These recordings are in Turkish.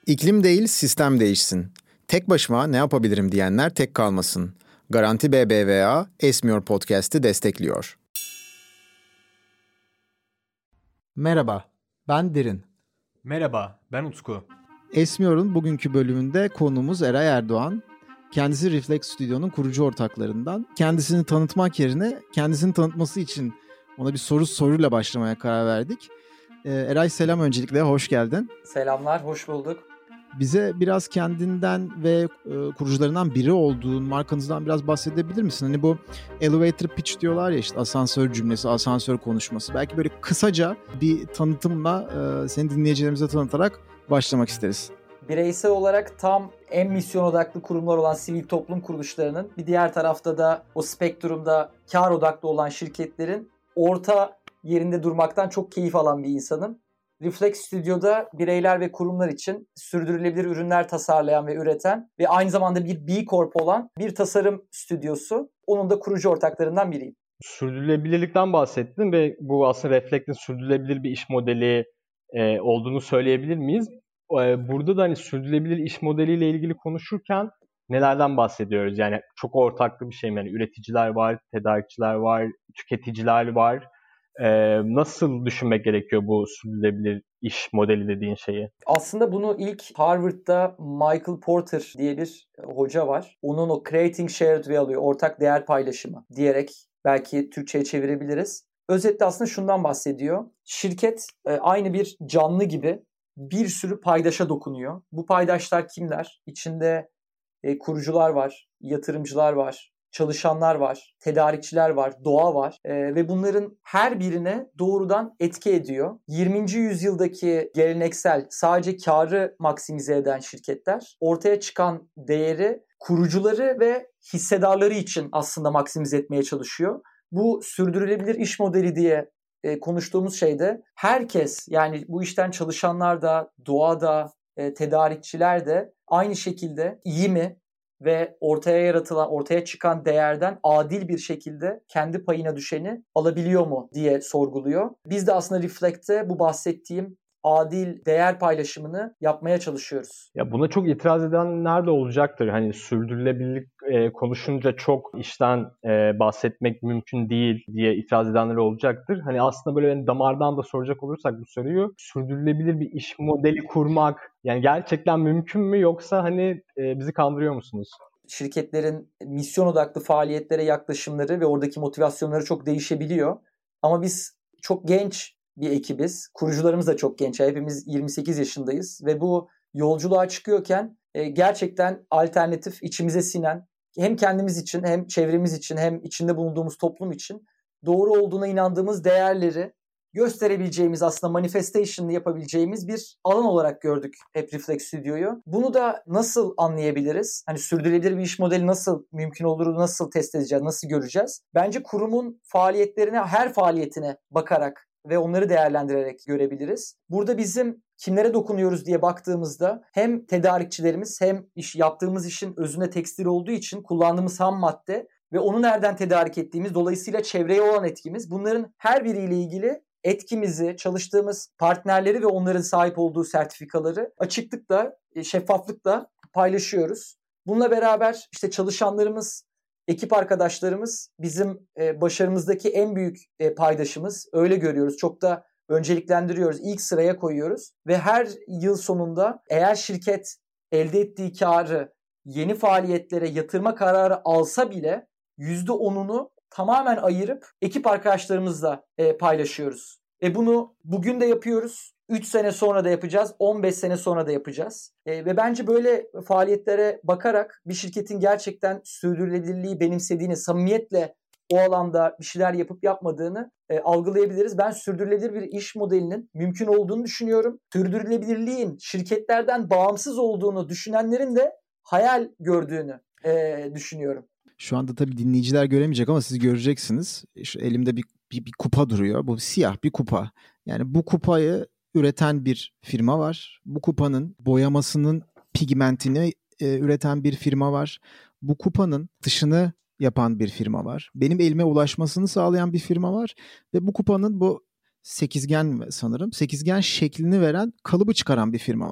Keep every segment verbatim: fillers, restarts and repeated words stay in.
İklim değil, sistem değişsin. Tek başıma ne yapabilirim diyenler tek kalmasın. Garanti B B V A, Esmiyor Podcast'ı destekliyor. Merhaba, ben Derin. Merhaba, ben Utku. Esmiyor'un bugünkü bölümünde konuğumuz Eray Erdoğan. Kendisi Reflex Stüdyo'nun kurucu ortaklarından. Kendisini tanıtmak yerine kendisini tanıtması için ona bir soru soruyla başlamaya karar verdik. Ee, Eray selam öncelikle, hoş geldin. Selamlar, hoş bulduk. Bize biraz kendinden ve e, kurucularından biri olduğun markanızdan biraz bahsedebilir misin? Hani bu elevator pitch diyorlar ya, işte asansör cümlesi, asansör konuşması. Belki böyle kısaca bir tanıtımla e, seni dinleyicilerimize tanıtarak başlamak isteriz. Bireysel olarak tam en misyon odaklı kurumlar olan sivil toplum kuruluşlarının, bir diğer tarafta da o spektrumda kar odaklı olan şirketlerin orta yerinde durmaktan çok keyif alan bir insanım. Reflex Stüdyo'da bireyler ve kurumlar için sürdürülebilir ürünler tasarlayan ve üreten ve aynı zamanda bir B Corp olan bir tasarım stüdyosu. Onun da kurucu ortaklarından biriyim. Sürdürülebilirlikten bahsettin ve bu aslında Reflect'in sürdürülebilir bir iş modeli e, olduğunu söyleyebilir miyiz? E, burada da hani sürdürülebilir iş modeliyle ilgili konuşurken nelerden bahsediyoruz? Yani çok ortaklı bir şey mi? Yani üreticiler var, tedarikçiler var, tüketiciler var. Ee, nasıl düşünmek gerekiyor bu sürdürülebilir iş modeli dediğin şeyi? Aslında bunu ilk Harvard'da Michael Porter diye bir hoca var. Onun o Creating Shared Value, ortak değer paylaşımı diyerek belki Türkçe'ye çevirebiliriz. Özetle aslında şundan bahsediyor. Şirket aynı bir canlı gibi bir sürü paydaşa dokunuyor. Bu paydaşlar kimler? İçinde kurucular var, yatırımcılar var, çalışanlar var, tedarikçiler var, doğa var ee, ve bunların her birine doğrudan etki ediyor. yirminci yüzyıldaki geleneksel sadece karı maksimize eden şirketler ortaya çıkan değeri kurucuları ve hissedarları için aslında maksimize etmeye çalışıyor. Bu sürdürülebilir iş modeli diye e, konuştuğumuz şeyde herkes, yani bu işten çalışanlar da, doğa da, e, tedarikçiler de aynı şekilde iyi mi ve ortaya yaratılan, ortaya çıkan değerden adil bir şekilde kendi payına düşeni alabiliyor mu diye sorguluyor. Biz de aslında Reflect'te bu bahsettiğim adil değer paylaşımını yapmaya çalışıyoruz. Ya buna çok itiraz edenler de olacaktır. Hani sürdürülebilirlik e, konuşunca çok işten e, bahsetmek mümkün değil diye itiraz edenler olacaktır. Hani aslında böyle hani damardan da soracak olursak bu soruyu, sürdürülebilir bir iş modeli kurmak yani gerçekten mümkün mü, yoksa hani e, bizi kandırıyor musunuz? Şirketlerin misyon odaklı faaliyetlere yaklaşımları ve oradaki motivasyonları çok değişebiliyor. Ama biz çok genç bir ekibiz. Kurucularımız da çok genç. Hepimiz yirmi sekiz yaşındayız ve bu yolculuğa çıkıyorken gerçekten alternatif, içimize sinen, hem kendimiz için hem çevremiz için hem içinde bulunduğumuz toplum için doğru olduğuna inandığımız değerleri gösterebileceğimiz, aslında manifestation'ını yapabileceğimiz bir alan olarak gördük hep Reflex Stüdyo'yu. Bunu da nasıl anlayabiliriz? Hani sürdürülebilir bir iş modeli nasıl mümkün olur, nasıl test edeceğiz, nasıl göreceğiz? Bence kurumun faaliyetlerine, her faaliyetine bakarak ve onları değerlendirerek görebiliriz. Burada bizim kimlere dokunuyoruz diye baktığımızda hem tedarikçilerimiz hem iş, yaptığımız işin özünde tekstil olduğu için kullandığımız ham madde ve onu nereden tedarik ettiğimiz, dolayısıyla çevreye olan etkimiz, bunların her biriyle ilgili etkimizi, çalıştığımız partnerleri ve onların sahip olduğu sertifikaları açıklıkla, şeffaflıkla paylaşıyoruz. Bununla beraber işte çalışanlarımız, ekip arkadaşlarımız bizim başarımızdaki en büyük paydaşımız. Öyle görüyoruz. Çok da önceliklendiriyoruz. İlk sıraya koyuyoruz. Ve her yıl sonunda eğer şirket elde ettiği karı yeni faaliyetlere yatırma kararı alsa bile yüzde onunu tamamen ayırıp ekip arkadaşlarımızla e, paylaşıyoruz. E bunu bugün de yapıyoruz. üç sene sonra da yapacağız. on beş sene sonra da yapacağız. E, ve bence böyle faaliyetlere bakarak bir şirketin gerçekten sürdürülebilirliği benimsediğini, samimiyetle o alanda bir şeyler yapıp yapmadığını e, algılayabiliriz. Ben sürdürülebilir bir iş modelinin mümkün olduğunu düşünüyorum. Sürdürülebilirliğin şirketlerden bağımsız olduğunu düşünenlerin de hayal gördüğünü e, düşünüyorum. Şu anda tabii dinleyiciler göremeyecek ama siz göreceksiniz. Şu elimde bir, bir, bir kupa duruyor. Bu siyah bir kupa. Yani bu kupayı üreten bir firma var. Bu kupanın boyamasının pigmentini e, üreten bir firma var. Bu kupanın dışını yapan bir firma var. Benim elime ulaşmasını sağlayan bir firma var. Ve bu kupanın bu sekizgen sanırım. Sekizgen şeklini veren kalıbı çıkaran bir firma var.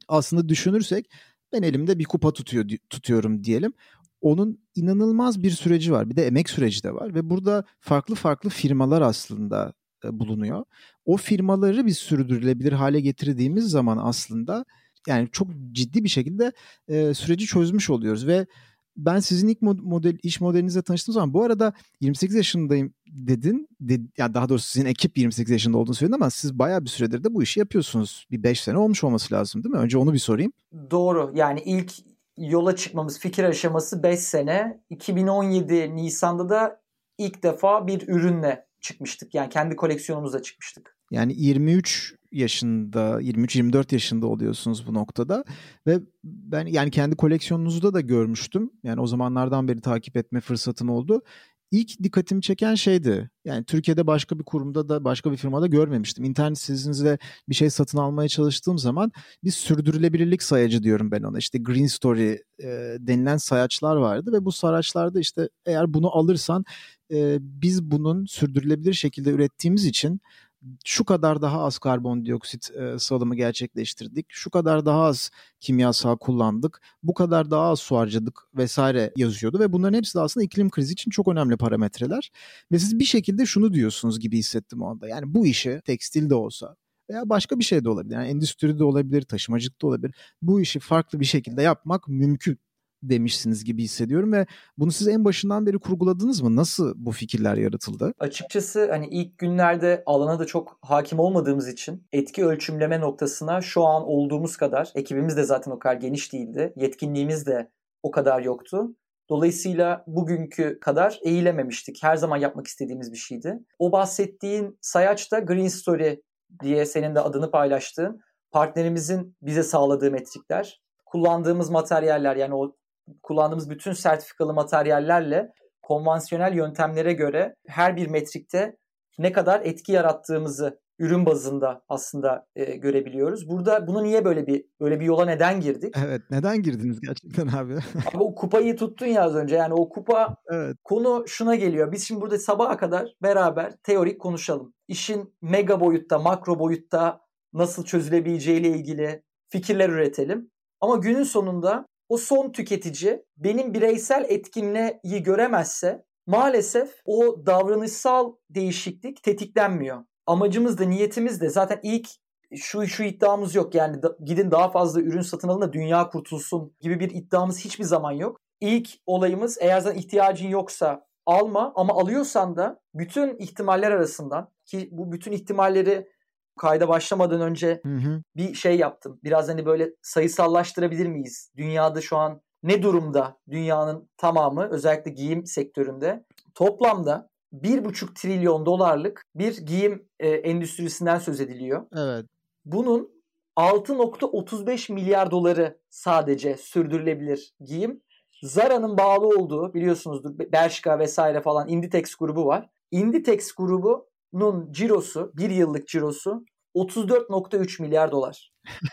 aslında düşünürsek ben elimde bir kupa tutuyor tutuyorum diyelim. Onun inanılmaz bir süreci var. Bir de emek süreci de var ve burada farklı farklı firmalar aslında e, bulunuyor. O firmaları biz sürdürülebilir hale getirdiğimiz zaman aslında yani çok ciddi bir şekilde e, süreci çözmüş oluyoruz ve ben sizin ilk model iş modelinizle tanıştığım zaman bu arada yirmi sekiz yaşındayım dedin. De, yani daha doğrusu sizin ekip yirmi sekiz yaşında olduğunu söyledin ama siz bayağı bir süredir de bu işi yapıyorsunuz. Bir beş sene olmuş olması lazım değil mi? Önce onu bir sorayım. Doğru. Yani ilk yola çıkmamız fikir aşaması beş sene. iki bin on yedi Nisan'da da ilk defa bir ürünle çıkmıştık. Yani kendi koleksiyonumuzla çıkmıştık. Yani yirmi üç yaşında, yirmi üç yirmi dört yaşında oluyorsunuz bu noktada ve ben yani kendi koleksiyonunuzda da görmüştüm. Yani o zamanlardan beri takip etme fırsatım oldu. İlk dikkatimi çeken şeydi. Yani Türkiye'de başka bir kurumda da başka bir firmada görmemiştim. İnternet sitenizde bir şey satın almaya çalıştığım zaman bir sürdürülebilirlik sayacı diyorum ben ona. İşte Green Story e, denilen sayaçlar vardı ve bu sayaçlarda işte eğer bunu alırsan e, biz bunun sürdürülebilir şekilde ürettiğimiz için şu kadar daha az karbondioksit e, salımı gerçekleştirdik, şu kadar daha az kimyasal kullandık, bu kadar daha az su harcadık vesaire yazıyordu ve bunların hepsi de aslında iklim krizi için çok önemli parametreler ve siz bir şekilde şunu diyorsunuz gibi hissettim o anda. Yani bu işi tekstil de olsa veya başka bir şey de olabilir, yani endüstri de olabilir, taşımacılık da olabilir, bu işi farklı bir şekilde yapmak mümkün demişsiniz gibi hissediyorum ve bunu siz en başından beri kurguladınız mı? Nasıl bu fikirler yaratıldı? Açıkçası hani ilk günlerde alana da çok hakim olmadığımız için etki ölçümleme noktasına şu an olduğumuz kadar, ekibimiz de zaten o kadar geniş değildi, yetkinliğimiz de o kadar yoktu. Dolayısıyla bugünkü kadar eğilememiştik. Her zaman yapmak istediğimiz bir şeydi. O bahsettiğin sayaç da Green Story diye senin de adını paylaştığın partnerimizin bize sağladığı metrikler. Kullandığımız materyaller, yani o kullandığımız bütün sertifikalı materyallerle konvansiyonel yöntemlere göre her bir metrikte ne kadar etki yarattığımızı ürün bazında aslında e, görebiliyoruz. Burada bunu niye böyle bir böyle bir yola neden girdik? Evet, neden girdiniz gerçekten abi? Abi o kupayı tuttun ya az önce. Yani o kupa evet. Konu şuna geliyor. Biz şimdi burada sabaha kadar beraber teorik konuşalım. İşin mega boyutta, makro boyutta nasıl çözülebileceğiyle ilgili fikirler üretelim. Ama günün sonunda o son tüketici benim bireysel etkinliği göremezse maalesef o davranışsal değişiklik tetiklenmiyor. Amacımız da niyetimiz de zaten ilk şu şu iddiamız yok. Yani da, gidin daha fazla ürün satın alın da dünya kurtulsun gibi bir iddiamız hiçbir zaman yok. İlk olayımız eğer zaten ihtiyacın yoksa alma, ama alıyorsan da bütün ihtimaller arasından, ki bu bütün ihtimalleri kayda başlamadan önce hı hı. bir şey yaptım. Biraz hani böyle sayısallaştırabilir miyiz? Dünyada şu an ne durumda dünyanın tamamı, özellikle giyim sektöründe? Toplamda bir buçuk trilyon dolarlık bir giyim e, endüstrisinden söz ediliyor. Evet. Bunun altı nokta otuz beş milyar doları sadece sürdürülebilir giyim. Zara'nın bağlı olduğu, biliyorsunuzdur, Bershka vesaire falan Inditex grubu var. Inditex grubunun cirosu, bir yıllık cirosu otuz dört nokta üç milyar dolar.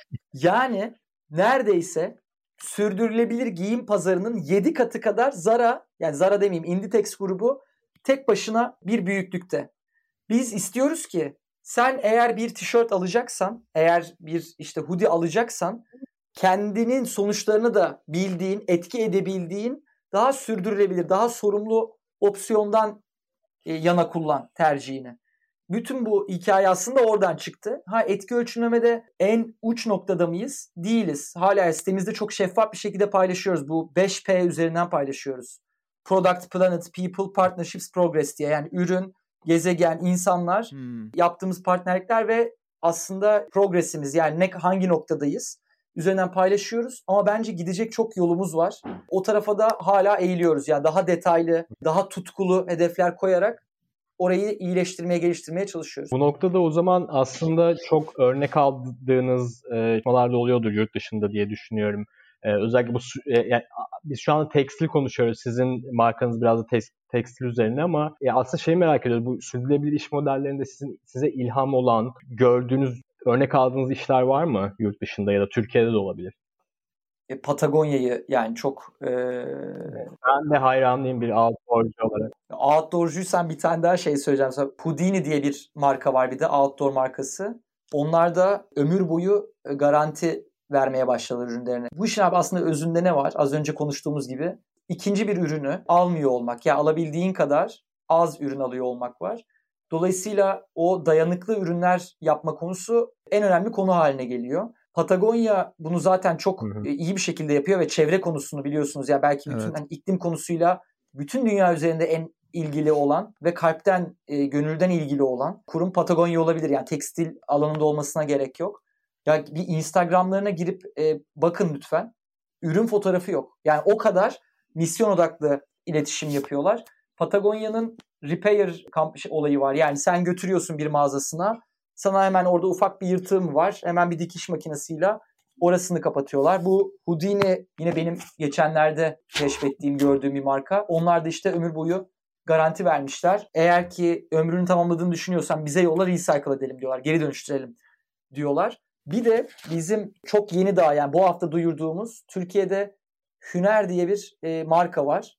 Yani neredeyse sürdürülebilir giyim pazarının yedi katı kadar Zara, yani Zara demeyeyim, Inditex grubu tek başına bir büyüklükte. Biz istiyoruz ki sen eğer bir tişört alacaksan, eğer bir işte hoodie alacaksan, kendinin sonuçlarını da bildiğin, etki edebildiğin daha sürdürülebilir, daha sorumlu opsiyondan e, yana kullan tercihini. Bütün bu hikaye aslında oradan çıktı. Ha, etki ölçümlemede en uç noktada mıyız? Değiliz. Hala sitemizde çok şeffaf bir şekilde paylaşıyoruz. Bu beş P üzerinden paylaşıyoruz. Product, Planet, People, Partnerships, Progress diye. Yani ürün, gezegen, insanlar, hmm. yaptığımız partnerlikler ve aslında progresimiz, yani ne, hangi noktadayız üzerinden paylaşıyoruz. Ama bence gidecek çok yolumuz var. O tarafa da hala eğiliyoruz. Yani daha detaylı, daha tutkulu hedefler koyarak orayı iyileştirmeye, geliştirmeye çalışıyoruz. Bu noktada o zaman aslında çok örnek aldığınız çalışmalar da oluyordur yurt dışında diye düşünüyorum. Ee, özellikle bu e, yani biz şu anda tekstil konuşuyoruz. Sizin markanız biraz da tes- tekstil üzerine ama e, aslında şeyi merak ediyoruz. Bu sürdürülebilir iş modellerinde sizin size ilham olan, gördüğünüz, örnek aldığınız işler var mı yurt dışında ya da Türkiye'de de olabilir? E, Patagonya'yı yani çok... E... Ben de hayranlıyım bir outdoorcu olarak. Outdoorcuysan bir tane daha şey söyleyeceğim sana. Houdini diye bir marka var bir de, outdoor markası. Onlar da ömür boyu garanti vermeye başladılar ürünlerine. Bu işin abi aslında özünde ne var? Az önce konuştuğumuz gibi ikinci bir ürünü almıyor olmak. Ya yani alabildiğin kadar az ürün alıyor olmak var. Dolayısıyla o dayanıklı ürünler yapma konusu en önemli konu haline geliyor. Patagonya bunu zaten çok hı hı. iyi bir şekilde yapıyor ve çevre konusunu biliyorsunuz ya belki bütün evet. hani iklim konusuyla bütün dünya üzerinde en ilgili olan ve kalpten, e, gönülden ilgili olan kurum Patagonya olabilir. Yani tekstil alanında olmasına gerek yok. Ya bir Instagram'larına girip e, bakın lütfen. Ürün fotoğrafı yok. Yani o kadar misyon odaklı iletişim yapıyorlar. Patagonya'nın repair kamp olayı var. Yani sen götürüyorsun bir mağazasına. Sana hemen orada ufak bir yırtığım var. Hemen bir dikiş makinesiyle orasını kapatıyorlar. Bu Houdini yine benim geçenlerde keşfettiğim, gördüğüm bir marka. Onlar da işte ömür boyu garanti vermişler. Eğer ki ömrünü tamamladığını düşünüyorsan bize yolla, recycle edelim diyorlar. Geri dönüştürelim diyorlar. Bir de bizim çok yeni daha yani bu hafta duyurduğumuz Türkiye'de Hüner diye bir e, marka var.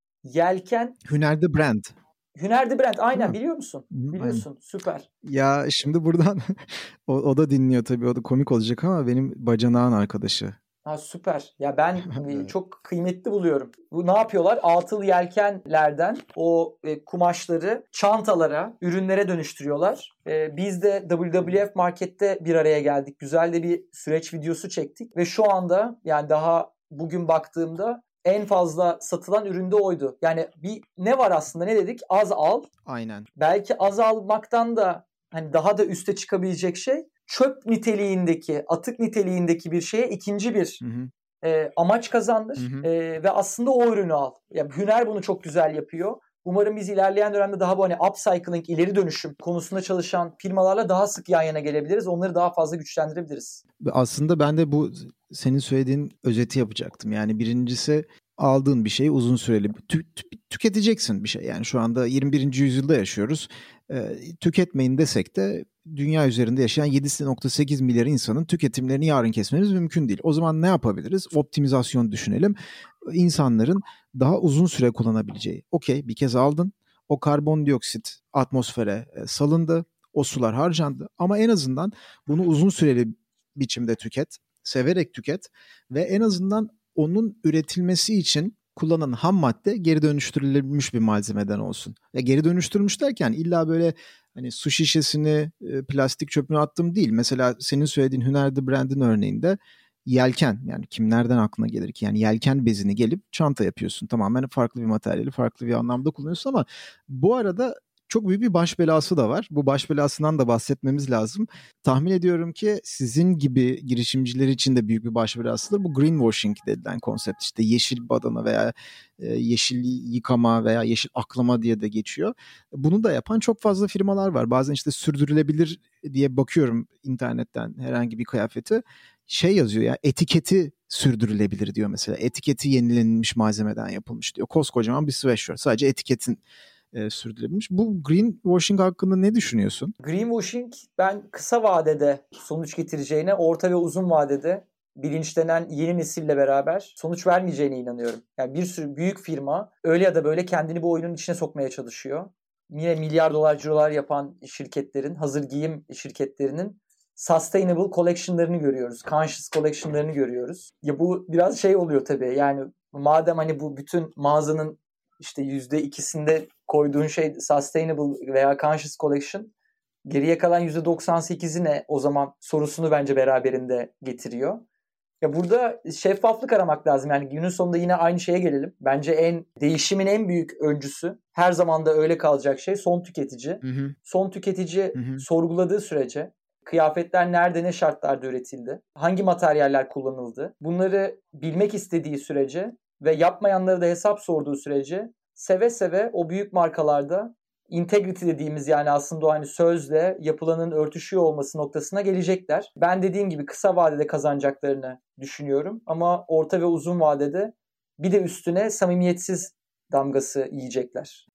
Yelken. Hüner the brand. Hüner the brand aynen biliyor musun? Hı, Biliyorsun aynen. Süper. Ya şimdi buradan o, o da dinliyor tabii, o da komik olacak ama benim bacanağın arkadaşı. Ha süper. Ya ben evet. çok kıymetli buluyorum. Bu ne yapıyorlar? Atıl yelkenlerden o e, kumaşları çantalara, ürünlere dönüştürüyorlar. E, biz de W W F Market'te bir araya geldik. Güzel de bir süreç videosu çektik ve şu anda yani daha bugün baktığımda en fazla satılan üründe oydu. Yani bir ne var aslında, ne dedik? Az al. Aynen. Belki az almaktan da hani daha da üste çıkabilecek şey çöp niteliğindeki, atık niteliğindeki bir şeye ikinci bir hı hı. E, amaç kazandır. Hı hı. E, ve aslında o ürünü al. Yani Hüner bunu çok güzel yapıyor. Umarım biz ilerleyen dönemde daha bu hani upcycling, ileri dönüşüm konusunda çalışan firmalarla daha sık yan yana gelebiliriz. Onları daha fazla güçlendirebiliriz. Aslında ben de bu senin söylediğin özeti yapacaktım. Yani birincisi aldığın bir şeyi uzun süreli tü- tü- tüketeceksin bir şey. Yani şu anda yirmi birinci yüzyılda yaşıyoruz. E, tüketmeyin desek de dünya üzerinde yaşayan yedi virgül sekiz milyar insanın tüketimlerini yarın kesmemiz mümkün değil. O zaman ne yapabiliriz? Optimizasyon düşünelim. İnsanların daha uzun süre kullanabileceği. Okey, bir kez aldın. O karbondioksit atmosfere salındı. O sular harcandı. Ama en azından bunu uzun süreli biçimde tüket. Severek tüket. Ve en azından onun üretilmesi için kullanılan ham madde geri dönüştürülmüş bir malzemeden olsun. Ya geri dönüştürmüş derken illa böyle hani su şişesini plastik çöpüne attım değil. Mesela senin söylediğin Hüner the Brand'in örneğinde yelken, yani kim nereden aklına gelir ki? Yani yelken bezini gelip çanta yapıyorsun. Tamamen farklı bir materyali farklı bir anlamda kullanıyorsun ama bu arada çok büyük bir baş belası da var. Bu baş belasından da bahsetmemiz lazım. Tahmin ediyorum ki sizin gibi girişimciler için de büyük bir baş belasıdır. Bu greenwashing denilen konsept, işte yeşil badana veya e, yeşil yıkama veya yeşil aklama diye de geçiyor. Bunu da yapan çok fazla firmalar var. Bazen işte sürdürülebilir diye bakıyorum internetten herhangi bir kıyafeti. Şey yazıyor ya, etiketi sürdürülebilir diyor mesela. Etiketi yenilenmiş malzemeden yapılmış diyor. Koskocaman bir sweatshirt. Sadece etiketin e, sürdürülebilmiş. Bu greenwashing hakkında ne düşünüyorsun? Greenwashing ben kısa vadede sonuç getireceğine, orta ve uzun vadede bilinçlenen yeni nesille beraber sonuç vermeyeceğine inanıyorum. Yani bir sürü büyük firma öyle ya da böyle kendini bu oyunun içine sokmaya çalışıyor. Yine milyar dolar cirolar yapan şirketlerin, hazır giyim şirketlerinin sustainable collection'larını görüyoruz. Conscious collection'larını görüyoruz. Ya bu biraz şey oluyor tabii. Yani madem hani bu bütün mağazanın işte yüzde ikisinde koyduğun şey sustainable veya conscious collection, geriye kalan yüzde doksan sekizi ne o zaman sorusunu bence beraberinde getiriyor. Ya burada şeffaflık aramak lazım. Yani günün sonunda yine aynı şeye gelelim. Bence en değişimin en büyük öncüsü, her zaman da öyle kalacak şey son tüketici. Hı hı. Son tüketici hı hı. sorguladığı sürece kıyafetler nerede, ne şartlarda üretildi, hangi materyaller kullanıldı, bunları bilmek istediği sürece ve yapmayanları da hesap sorduğu sürece seve seve o büyük markalarda integrity dediğimiz, yani aslında o hani sözle yapılanın örtüşüyor olması noktasına gelecekler. Ben dediğim gibi kısa vadede kazanacaklarını düşünüyorum ama orta ve uzun vadede bir de üstüne samimiyetsiz damgası yiyecekler.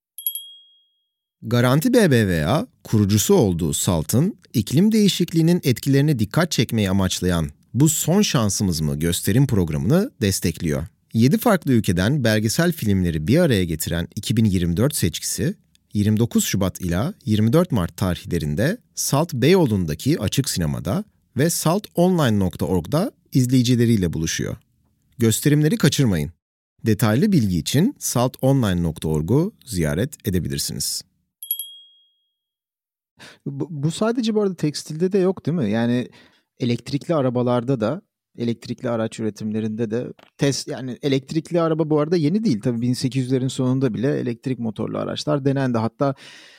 Garanti B B V A, kurucusu olduğu Salt'ın iklim değişikliğinin etkilerine dikkat çekmeyi amaçlayan Bu Son Şansımız mı gösterim programını destekliyor. yedi farklı ülkeden belgesel filmleri bir araya getiren iki bin yirmi dört seçkisi, yirmi dokuz Şubat ila yirmi dört Mart tarihlerinde Salt Beyoğlu'ndaki Açık Sinema'da ve salt online nokta org'da izleyicileriyle buluşuyor. Gösterimleri kaçırmayın. Detaylı bilgi için salt online nokta org'u ziyaret edebilirsiniz. Bu, bu sadece bu arada tekstilde de yok değil mi? Yani elektrikli arabalarda da, elektrikli araç üretimlerinde de test, yani elektrikli araba bu arada yeni değil. Tabii bin sekiz yüzlerin sonunda bile elektrik motorlu araçlar denendi. Hatta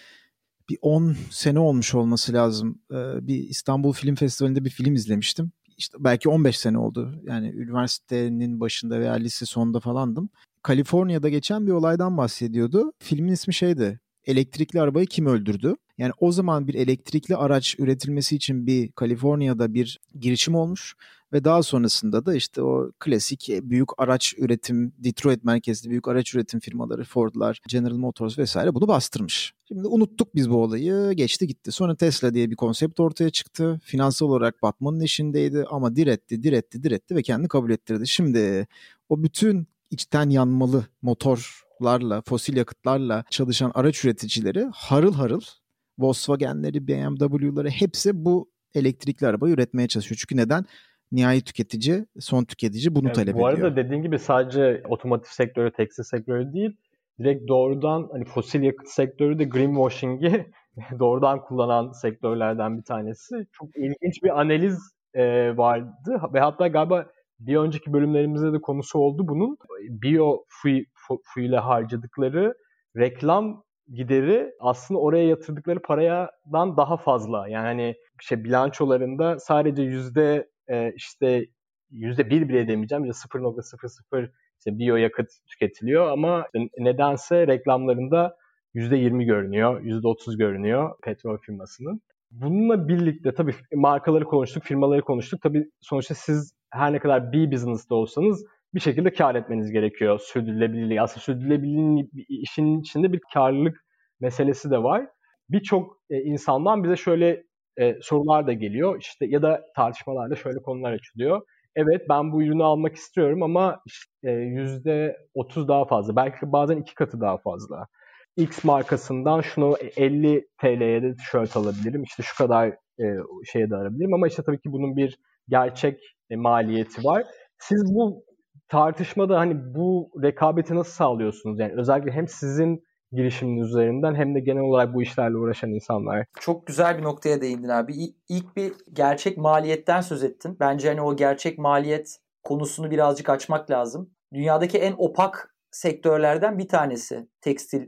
bir on sene olmuş olması lazım. Ee, bir İstanbul Film Festivali'nde bir film izlemiştim. İşte belki on beş sene oldu. Yani üniversitenin başında veya lise sonunda falandım. Kaliforniya'da geçen bir olaydan bahsediyordu. Filmin ismi şeydi: Elektrikli arabayı kim öldürdü? Yani o zaman bir elektrikli araç üretilmesi için bir Kaliforniya'da bir girişim olmuş ve daha sonrasında da işte o klasik büyük araç üretim, Detroit merkezli büyük araç üretim firmaları, Ford'lar, General Motors vesaire bunu bastırmış. Şimdi unuttuk biz bu olayı, geçti gitti. Sonra Tesla diye bir konsept ortaya çıktı. Finansal olarak batmanın eşindeydi ama diretti, diretti, diretti ve kendini kabul ettirdi. Şimdi o bütün içten yanmalı motorlarla, fosil yakıtlarla çalışan araç üreticileri harıl harıl Volkswagen'leri, B M W'ları hepsi bu elektrikli arabayı üretmeye çalışıyor. Çünkü neden? Nihai tüketici, son tüketici bunu yani talep bu ediyor. Bu arada dediğin gibi sadece otomotiv sektörü, tekstil sektörü değil, direkt doğrudan hani fosil yakıt sektörü de greenwashing'i doğrudan kullanan sektörlerden bir tanesi. Çok ilginç bir analiz e, vardı ve hatta galiba bir önceki bölümlerimizde de konusu oldu bunun. Biyo fuel'e harcadıkları reklam gideri aslında oraya yatırdıkları paradan daha fazla. Yani işte bilançolarında sadece yüzde e, işte yüzde bir bile demeyeceğim, yüzde sıfır nokta sıfır sıfır işte biyo yakıt tüketiliyor ama nedense reklamlarında yüzde yirmi görünüyor, yüzde otuz görünüyor petrol firmasının. Bununla birlikte tabii markaları konuştuk, firmaları konuştuk. Tabii sonuçta siz her ne kadar bir business'ta olsanız bir şekilde kar etmeniz gerekiyor. Sürdürülebilirliği. Aslında sürdürülebilirliğin işin içinde bir karlılık meselesi de var. Birçok e, insandan bize şöyle e, sorular da geliyor. İşte ya da tartışmalarda şöyle konular açılıyor. Evet, ben bu ürünü almak istiyorum ama işte yüzde otuz daha fazla. Belki bazen iki katı daha fazla. X markasından şunu elli T L'ye de tişört alabilirim. İşte şu kadar e, şeye de alabilirim. Ama işte tabii ki bunun bir gerçek e, maliyeti var. Siz bu tartışmada hani bu rekabeti nasıl sağlıyorsunuz? Yani özellikle hem sizin girişiminiz üzerinden hem de genel olarak bu işlerle uğraşan insanlar. Çok güzel bir noktaya değindin abi. İlk bir gerçek maliyetten söz ettin. Bence hani o gerçek maliyet konusunu birazcık açmak lazım. Dünyadaki en opak sektörlerden bir tanesi tekstil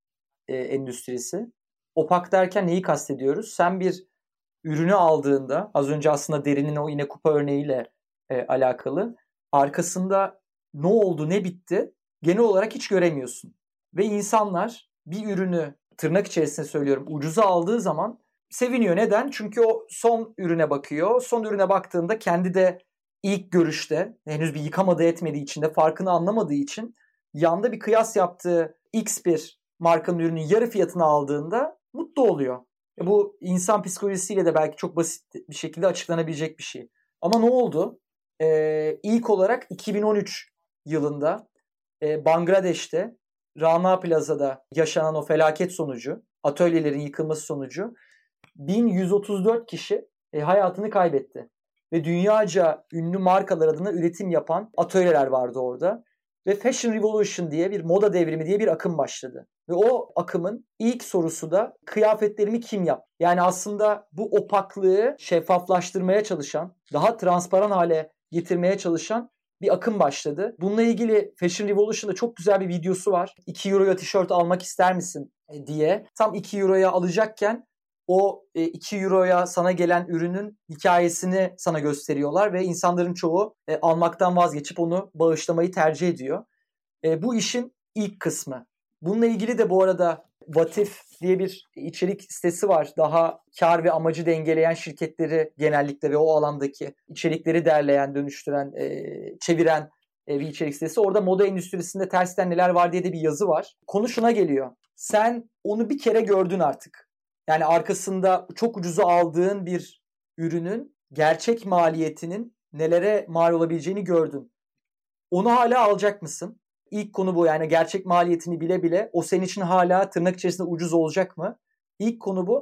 e, endüstrisi. Opak derken neyi kastediyoruz? Sen bir ürünü aldığında, az önce aslında Derin'in o yine kupa örneğiyle e, alakalı, arkasında ne oldu, ne bitti genel olarak hiç göremiyorsun. Ve insanlar bir ürünü, tırnak içerisinde söylüyorum, ucuza aldığı zaman seviniyor. Neden? Çünkü o son ürüne bakıyor. Son ürüne baktığında kendi de ilk görüşte henüz bir yıkamadığı etmediği için de farkını anlamadığı için yanda bir kıyas yaptığı X bir markanın ürünün yarı fiyatını aldığında mutlu oluyor. Bu insan psikolojisiyle de belki çok basit bir şekilde açıklanabilecek bir şey. Ama ne oldu? Ee, ilk olarak iki bin on üç yılında e, Bangladeş'te Rana Plaza'da yaşanan o felaket sonucu, atölyelerin yıkılması sonucu bin yüz otuz dört kişi e, hayatını kaybetti. Ve dünyaca ünlü markalar adına üretim yapan atölyeler vardı orada. Ve Fashion Revolution diye bir moda devrimi diye bir akım başladı. Ve o akımın ilk sorusu da kıyafetlerimi kim yaptı? Yani aslında bu opaklığı şeffaflaştırmaya çalışan, daha transparan hale getirmeye çalışan bir akım başladı. Bununla ilgili Fashion Revolution'da çok güzel bir videosu var. iki euroya tişört almak ister misin diye. Tam iki euroya alacakken o iki euroya sana gelen ürünün hikayesini sana gösteriyorlar ve insanların çoğu almaktan vazgeçip onu bağışlamayı tercih ediyor. Bu işin ilk kısmı. Bununla ilgili de bu arada Vatif diye bir içerik sitesi var. Daha kar ve amacı dengeleyen şirketleri genellikle ve o alandaki içerikleri derleyen, dönüştüren, çeviren bir içerik sitesi. Orada moda endüstrisinde tersten neler var diye de bir yazı var. Konu şuna geliyor. Sen onu bir kere gördün artık. Yani arkasında çok ucuza aldığın bir ürünün gerçek maliyetinin nelere mal olabileceğini gördün. Onu hala alacak mısın? İlk konu bu, yani gerçek maliyetini bile bile o senin için hala tırnak içerisinde ucuz olacak mı? İlk konu bu.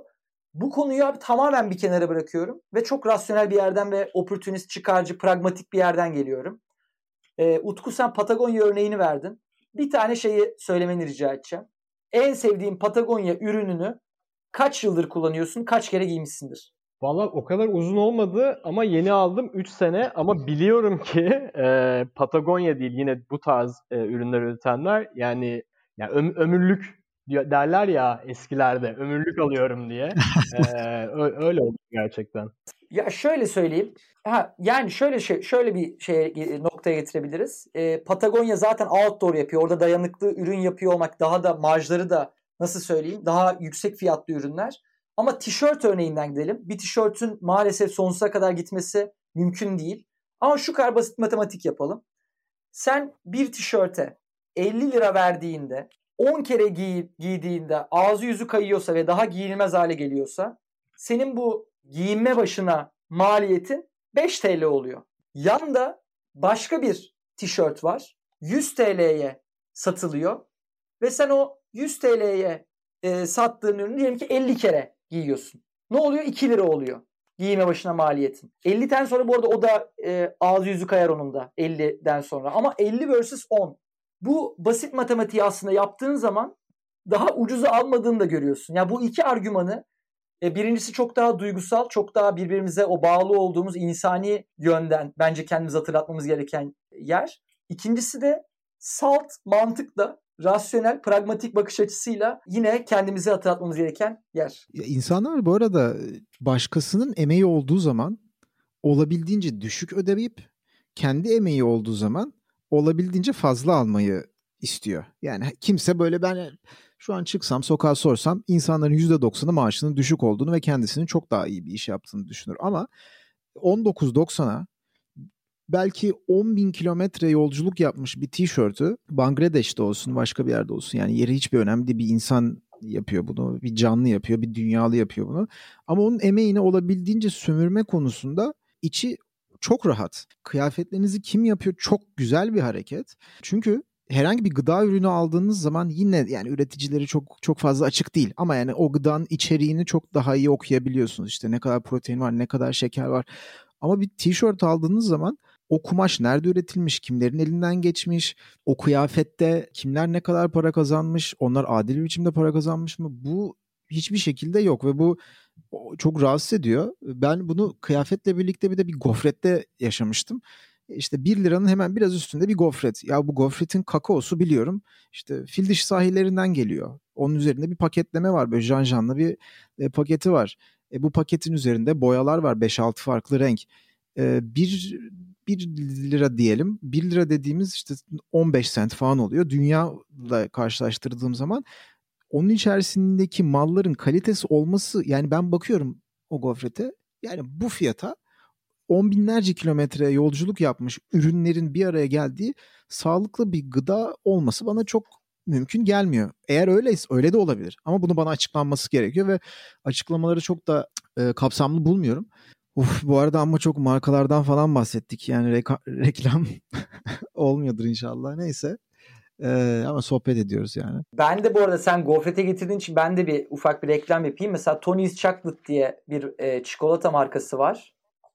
Bu konuyu abi tamamen bir kenara bırakıyorum ve çok rasyonel bir yerden ve opportunist, çıkarcı, pragmatik bir yerden geliyorum. Ee, Utku, sen Patagonya örneğini verdin. Bir tane şeyi söylemeni rica edeceğim. En sevdiğin Patagonya ürününü kaç yıldır kullanıyorsun? Kaç kere giymişsindir? Vallahi o kadar uzun olmadı ama yeni aldım üç sene ama biliyorum ki e, Patagonya değil yine bu tarz e, ürünler üretenler yani, yani öm- ömürlük diyor, derler ya eskilerde, ömürlük alıyorum diye. E, ö- öyle oldu gerçekten. Ya şöyle söyleyeyim. Ha, yani şöyle şey, şöyle bir şeye noktaya getirebiliriz. E, Patagonya zaten outdoor yapıyor. Orada dayanıklı ürün yapıyor olmak, daha da marjları da nasıl söyleyeyim, daha yüksek fiyatlı ürünler. Ama tişört örneğinden gidelim. Bir tişörtün maalesef sonsuza kadar gitmesi mümkün değil. Ama şu kadar basit matematik yapalım. Sen bir tişörte elli lira verdiğinde, on kere giy- giydiğinde ağzı yüzü kayıyorsa ve daha giyilmez hale geliyorsa, senin bu giyinme başına maliyetin beş TL oluyor. Yanda başka bir tişört var. yüz TL'ye satılıyor ve sen o yüz TL'ye e, sattığın ürünü diyelim ki elli kere giyiyorsun. Ne oluyor? iki lira oluyor giyime başına maliyetin. elliden sonra bu arada o da e, ağzı yüzü kayar onun da elliden sonra. Ama elli versus on. Bu basit matematiği aslında yaptığın zaman daha ucuza almadığını da görüyorsun. Yani bu iki argümanı, e, birincisi çok daha duygusal, çok daha birbirimize o bağlı olduğumuz insani yönden bence kendimizi hatırlatmamız gereken yer. İkincisi de salt mantıkla, rasyonel, pragmatik bakış açısıyla yine kendimizi hatırlatmamız gereken yer. Ya insanlar bu arada başkasının emeği olduğu zaman olabildiğince düşük ödeyip kendi emeği olduğu zaman olabildiğince fazla almayı istiyor. Yani kimse böyle, ben şu an çıksam sokağa sorsam insanların yüzde doksanı maaşının düşük olduğunu ve kendisinin çok daha iyi bir iş yaptığını düşünür. Ama on dokuz doksana belki on bin kilometre yolculuk yapmış bir tişörtü, Bangladeş'te olsun başka bir yerde olsun, yani yeri hiçbir önemli değil, bir insan yapıyor bunu, bir canlı yapıyor, bir dünyalı yapıyor bunu. Ama onun emeğini olabildiğince sömürme konusunda içi çok rahat. Kıyafetlerinizi kim yapıyor? Çok güzel bir hareket. Çünkü herhangi bir gıda ürünü aldığınız zaman yine yani üreticileri çok çok fazla açık değil. Ama yani o gıdanın içeriğini çok daha iyi okuyabiliyorsunuz. İşte ne kadar protein var, ne kadar şeker var. Ama bir tişört aldığınız zaman o kumaş nerede üretilmiş, kimlerin elinden geçmiş, o kıyafette kimler ne kadar para kazanmış, onlar adil bir biçimde para kazanmış mı? Bu hiçbir şekilde yok ve bu çok rahatsız ediyor. Ben bunu kıyafetle birlikte bir de bir gofrette yaşamıştım. İşte bir liranın hemen biraz üstünde bir gofret. Ya bu gofretin kakaosu biliyorum İşte fil dişi sahillerinden geliyor. Onun üzerinde bir paketleme var. Böyle janjanlı bir e, paketi var. E, bu paketin üzerinde boyalar var. beş altı farklı renk. E, bir, bir lira diyelim. bir lira dediğimiz işte on beş sent falan oluyor. Dünyayla karşılaştırdığım zaman onun içerisindeki malların kalitesi olması, yani ben bakıyorum o gofrete, yani bu fiyata on binlerce kilometre yolculuk yapmış ürünlerin bir araya geldiği sağlıklı bir gıda olması bana çok mümkün gelmiyor. Eğer öyleyse öyle de olabilir ama bunu bana açıklanması gerekiyor ve açıklamaları çok da e, kapsamlı bulmuyorum. Uf, bu arada ama çok markalardan falan bahsettik, yani reka- reklam olmuyordur inşallah, neyse. Ee, ama sohbet ediyoruz yani. Ben de bu arada sen gofrete getirdiğin için ben de bir ufak bir reklam yapayım. Mesela Tony's Chocolate diye bir e, çikolata markası var.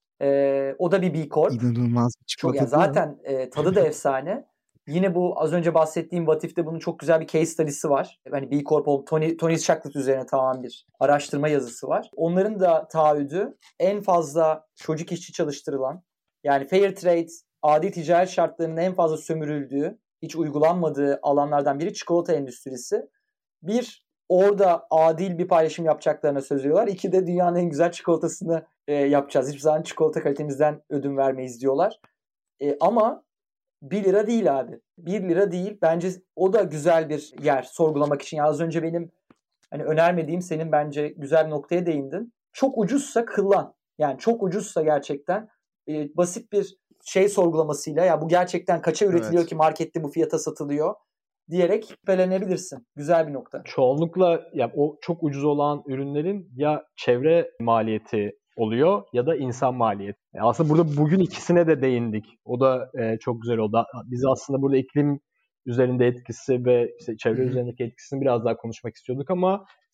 E, o da bir B Corp. İnanılmaz bir çikolata. Çok, yani zaten e, tadı da efsane. Yine bu az önce bahsettiğim What If'te bunun çok güzel bir case study'si var. Hani B Corp olup Tony, Tony's Chocolate üzerine tamamen bir araştırma yazısı var. Onların da taahhüdü en fazla çocuk işçi çalıştırılan, yani fair trade, adil ticaret şartlarının en fazla sömürüldüğü, hiç uygulanmadığı alanlardan biri çikolata endüstrisi. Bir, orada adil bir paylaşım yapacaklarına söz veriyorlar. İki de dünyanın en güzel çikolatasını e, yapacağız. Hiçbir zaman çikolata kalitemizden ödün vermeyiz diyorlar. E, ama bir lira değil abi. bir lira değil. Bence o da güzel bir yer sorgulamak için. Ya az önce benim hani önermediğim, senin bence güzel bir noktaya değindin. Çok ucuzsa kıllan. Yani çok ucuzsa gerçekten e, basit bir şey sorgulamasıyla, ya bu gerçekten kaça üretiliyor evet. ki markette bu fiyata satılıyor diyerek şüphelenebilirsin. Güzel bir nokta. Çoğunlukla ya o çok ucuz olan ürünlerin ya çevre maliyeti oluyor ya da insan maliyeti. Yani aslında burada bugün ikisine de değindik. O da e, çok güzel oldu. Biz aslında burada iklim üzerinde etkisi ve işte çevre Hı-hı. üzerindeki etkisini biraz daha konuşmak istiyorduk ama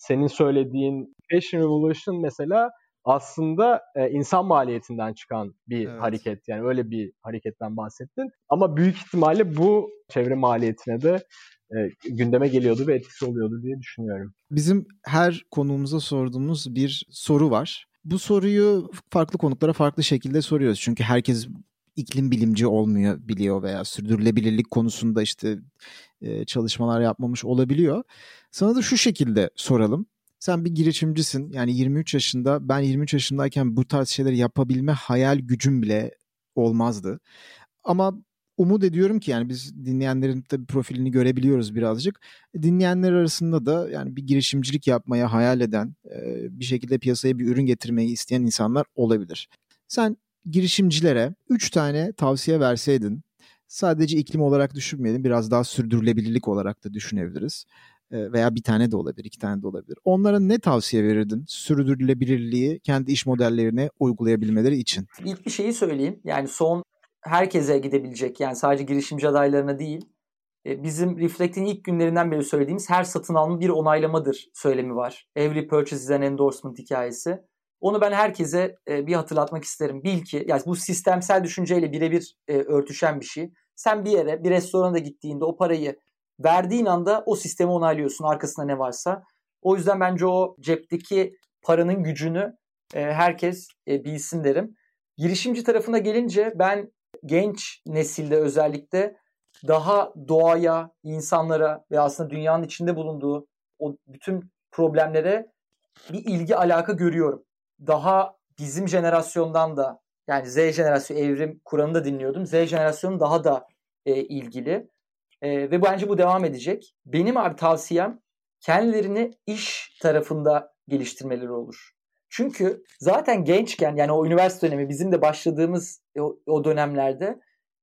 senin söylediğin Fashion Revolution mesela aslında e, insan maliyetinden çıkan bir evet. hareket. Yani öyle bir hareketten bahsettin. Ama büyük ihtimalle bu çevre maliyetine de e, gündeme geliyordu ve etkisi oluyordu diye düşünüyorum. Bizim her konuğumuza sorduğumuz bir soru var. Bu soruyu farklı konuklara farklı şekilde soruyoruz. Çünkü herkes iklim bilimci olmuyor biliyor veya sürdürülebilirlik konusunda işte e, çalışmalar yapmamış olabiliyor. Sana da şu şekilde soralım. Sen bir girişimcisin. Yani yirmi üç yaşında, ben yirmi üç yaşındayken bu tarz şeyleri yapabilme hayal gücüm bile olmazdı. Ama umut ediyorum ki yani biz dinleyenlerin tabii profilini görebiliyoruz birazcık. Dinleyenler arasında da yani bir girişimcilik yapmaya hayal eden, bir şekilde piyasaya bir ürün getirmeyi isteyen insanlar olabilir. Sen girişimcilere üç tane tavsiye verseydin, sadece iklim olarak düşünmeyelim, biraz daha sürdürülebilirlik olarak da düşünebiliriz. Veya bir tane de olabilir, iki tane de olabilir. Onlara ne tavsiye verirdin sürdürülebilirliği kendi iş modellerine uygulayabilmeleri için? İlk bir şeyi söyleyeyim. Yani son herkese gidebilecek, yani sadece girişimci adaylarına değil. Bizim Reflect'in ilk günlerinden beri söylediğimiz her satın alma bir onaylamadır söylemi var. Every purchase is an endorsement hikayesi. Onu ben herkese bir hatırlatmak isterim. Bil ki yani bu sistemsel düşünceyle birebir örtüşen bir şey. Sen bir yere, bir restorana gittiğinde o parayı verdiğin anda o sistemi onaylıyorsun, arkasında ne varsa. O yüzden bence o cepteki paranın gücünü herkes bilsin derim. Girişimci tarafına gelince ben genç nesilde özellikle daha doğaya, insanlara ve aslında dünyanın içinde bulunduğu o bütün problemlere bir ilgi alaka görüyorum. Daha bizim jenerasyondan da, yani Z jenerasyonu, Evrim Kur'an'ı da dinliyordum. Z jenerasyonu daha da e, ilgili e, ve bence bu devam edecek. Benim abi tavsiyem kendilerini iş tarafında geliştirmeleri olur. Çünkü zaten gençken, yani o üniversite dönemi bizim de başladığımız o, o dönemlerde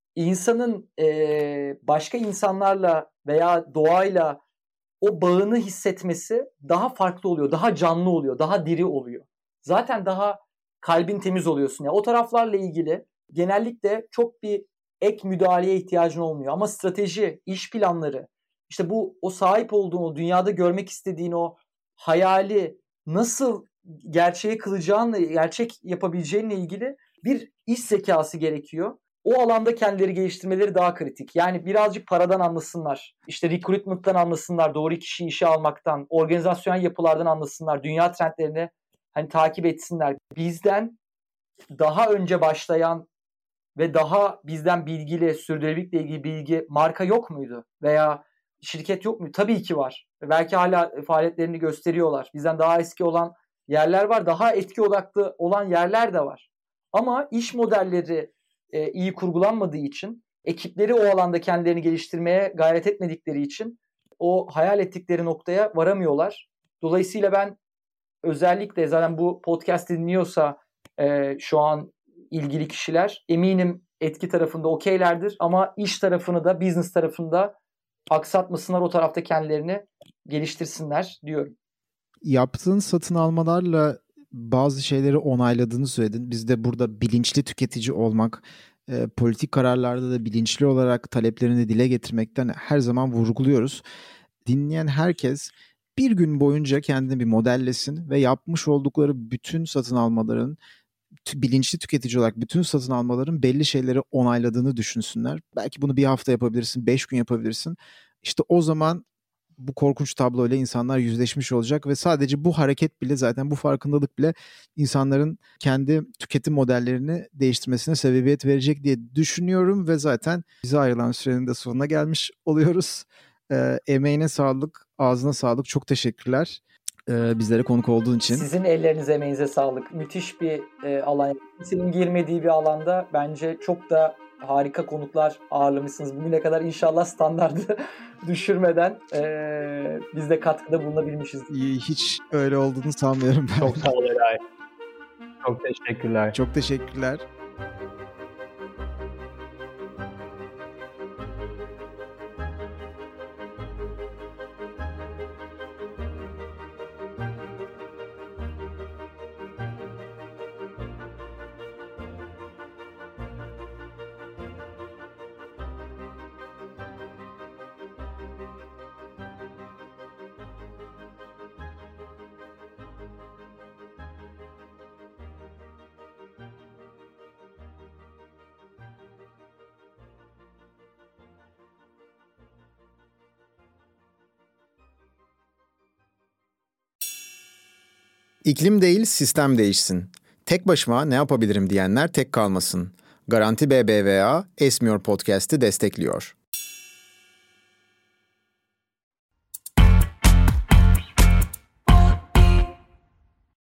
insanın e, başka insanlarla veya doğayla o bağını hissetmesi daha farklı oluyor, daha canlı oluyor, daha diri oluyor. Zaten daha kalbin temiz oluyorsun. Yani o taraflarla ilgili genellikle çok bir ek müdahaleye ihtiyacın olmuyor. Ama strateji, iş planları, işte bu o sahip olduğun, o dünyada görmek istediğin o hayali nasıl gerçeğe kılacağınla, gerçek yapabileceğinle ilgili bir iş zekası gerekiyor. O alanda kendileri geliştirmeleri daha kritik. Yani birazcık paradan anlasınlar. İşte recruitment'tan anlasınlar. Doğru kişiyi işe almaktan. Organizasyonel yapılardan anlasınlar. Dünya trendlerini hani takip etsinler. Bizden daha önce başlayan ve daha bizden bilgili, sürdürülebilirlikle ilgili bilgi marka yok muydu? Veya şirket yok muydu? Tabii ki var. Belki hala faaliyetlerini gösteriyorlar. Bizden daha eski olan yerler var. Daha etki odaklı olan yerler de var. Ama iş modelleri e, iyi kurgulanmadığı için, ekipleri o alanda kendilerini geliştirmeye gayret etmedikleri için o hayal ettikleri noktaya varamıyorlar. Dolayısıyla ben özellikle zaten bu podcast dinliyorsa e, şu an ilgili kişiler eminim etki tarafında okeylerdir ama iş tarafını da business tarafında aksatmasınlar, o tarafta kendilerini geliştirsinler diyorum. Yaptığın satın almalarla bazı şeyleri onayladığını söyledin. Biz de burada bilinçli tüketici olmak, e, politik kararlarda da bilinçli olarak taleplerini dile getirmekten her zaman vurguluyoruz. Dinleyen herkes bir gün boyunca kendini bir modellesin ve yapmış oldukları bütün satın almaların, t- bilinçli tüketici olarak bütün satın almaların belli şeyleri onayladığını düşünsünler. Belki bunu bir hafta yapabilirsin, beş gün yapabilirsin. İşte o zaman bu korkunç tabloyla insanlar yüzleşmiş olacak ve sadece bu hareket bile, zaten bu farkındalık bile insanların kendi tüketim modellerini değiştirmesine sebebiyet verecek diye düşünüyorum ve zaten bize ayrılan sürenin de sonuna gelmiş oluyoruz. E, emeğine sağlık, ağzına sağlık. Çok teşekkürler e, bizlere konuk olduğun için. Sizin ellerinize, emeğinize sağlık. Müthiş bir e, alan. Kimsenin girmediği bir alanda bence çok da harika konuklar ağırlamışsınız. Bugüne kadar inşallah standardı düşürmeden e, biz de katkıda bulunabilmişiz. Hiç öyle olduğunu sanmıyorum ben. Çok sağ ol Eray. Çok teşekkürler. Çok teşekkürler. İklim değil, sistem değişsin. Tek başıma ne yapabilirim diyenler tek kalmasın. Garanti B B V A Esmiyor Podcast'ı destekliyor.